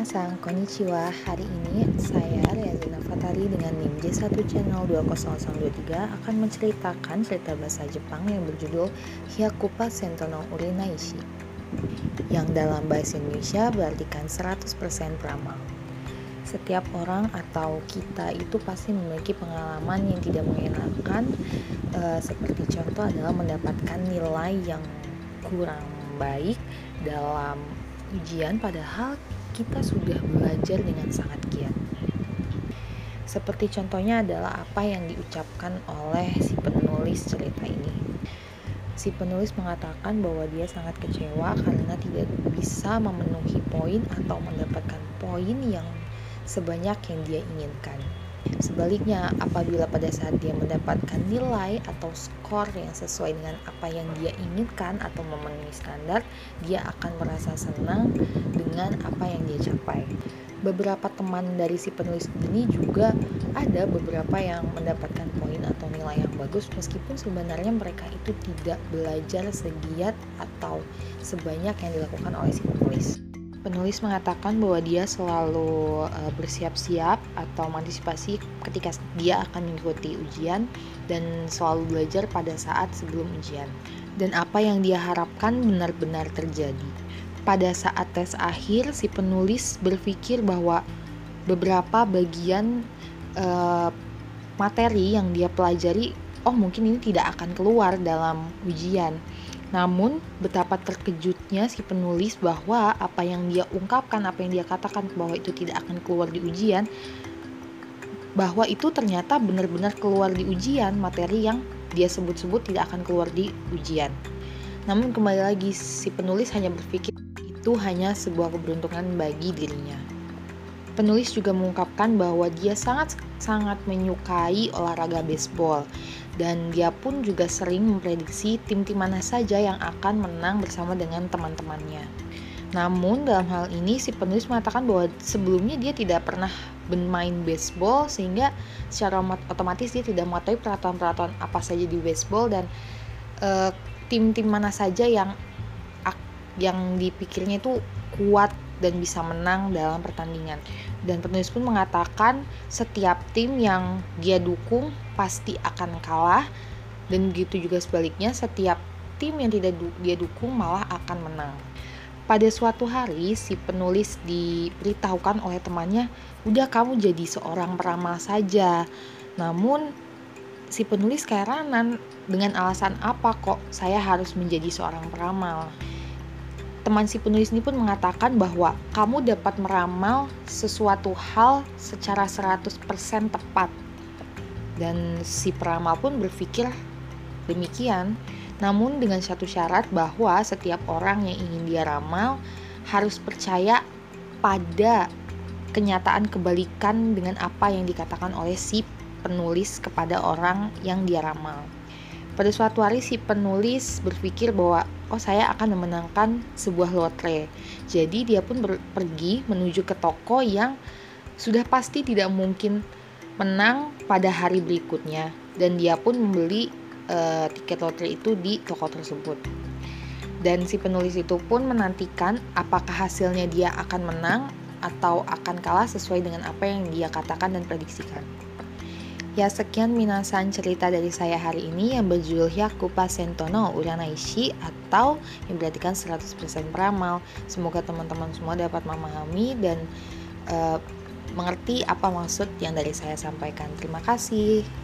Minasan, konnichiwa. Hari ini saya, Riazina Fatari dengan NIM J1 Channel 20023 akan menceritakan cerita bahasa Jepang yang berjudul Hyakupa Sento no Ure Naishi, yang dalam bahasa Indonesia berartikan 100% beramal. Setiap orang atau kita itu pasti memiliki pengalaman yang tidak mengenakan, seperti contoh adalah mendapatkan nilai yang kurang baik dalam ujian padahal kita sudah belajar dengan sangat giat. Seperti contohnya adalah apa yang diucapkan oleh si penulis cerita ini. Si penulis mengatakan bahwa dia sangat kecewa karena tidak bisa memenuhi poin atau mendapatkan poin yang sebanyak yang dia inginkan. Sebaliknya, apabila pada saat dia mendapatkan nilai atau skor yang sesuai dengan apa yang dia inginkan atau memenuhi standar, dia akan merasa senang dengan apa yang dia capai. Beberapa teman dari si penulis ini juga ada beberapa yang mendapatkan poin atau nilai yang bagus meskipun sebenarnya mereka itu tidak belajar segiat atau sebanyak yang dilakukan oleh si penulis. Penulis mengatakan bahwa dia selalu bersiap-siap atau mengantisipasi ketika dia akan mengikuti ujian dan selalu belajar pada saat sebelum ujian. Dan apa yang dia harapkan benar-benar terjadi. Pada saat tes akhir, si penulis berpikir bahwa beberapa bagian materi yang dia pelajari, mungkin ini tidak akan keluar dalam ujian. Namun betapa terkejutnya si penulis bahwa apa yang dia ungkapkan, apa yang dia katakan bahwa itu tidak akan keluar di ujian, bahwa itu ternyata benar-benar keluar di ujian, materi yang dia sebut-sebut tidak akan keluar di ujian. Namun kembali lagi si penulis hanya berpikir itu hanya sebuah keberuntungan bagi dirinya. Penulis juga mengungkapkan bahwa dia sangat menyukai olahraga baseball dan dia pun juga sering memprediksi tim-tim mana saja yang akan menang bersama dengan teman-temannya. Namun dalam hal ini si penulis mengatakan bahwa sebelumnya dia tidak pernah bermain baseball sehingga secara otomatis dia tidak mengetahui peraturan-peraturan apa saja di baseball dan tim-tim mana saja yang dipikirnya itu kuat dan bisa menang dalam pertandingan. Dan penulis pun mengatakan setiap tim yang dia dukung pasti akan kalah dan begitu juga sebaliknya, setiap tim yang tidak dia dukung malah akan menang. Pada suatu hari si penulis diberitahukan oleh temannya, udah kamu jadi seorang peramal saja. Namun si penulis keheranan, dengan alasan apa kok saya harus menjadi seorang peramal. Teman si penulis ini pun mengatakan bahwa kamu dapat meramal sesuatu hal secara 100% tepat. Dan si peramal pun berpikir demikian. Namun dengan satu syarat bahwa setiap orang yang ingin dia ramal harus percaya pada kenyataan kebalikan dengan apa yang dikatakan oleh si penulis kepada orang yang dia ramal. Pada suatu hari si penulis berpikir bahwa saya akan memenangkan sebuah lotre. Jadi dia pun pergi menuju ke toko yang sudah pasti tidak mungkin menang pada hari berikutnya. Dan dia pun membeli tiket lotre itu di toko tersebut. Dan si penulis itu pun menantikan apakah hasilnya dia akan menang atau akan kalah sesuai dengan apa yang dia katakan dan prediksikan. Ya, sekian minasan cerita dari saya hari ini yang berjudul Hyakupa Sento no Ure Naishi atau yang berartikan 100% beramal. Semoga teman-teman semua dapat memahami dan mengerti apa maksud yang dari saya sampaikan. Terima kasih.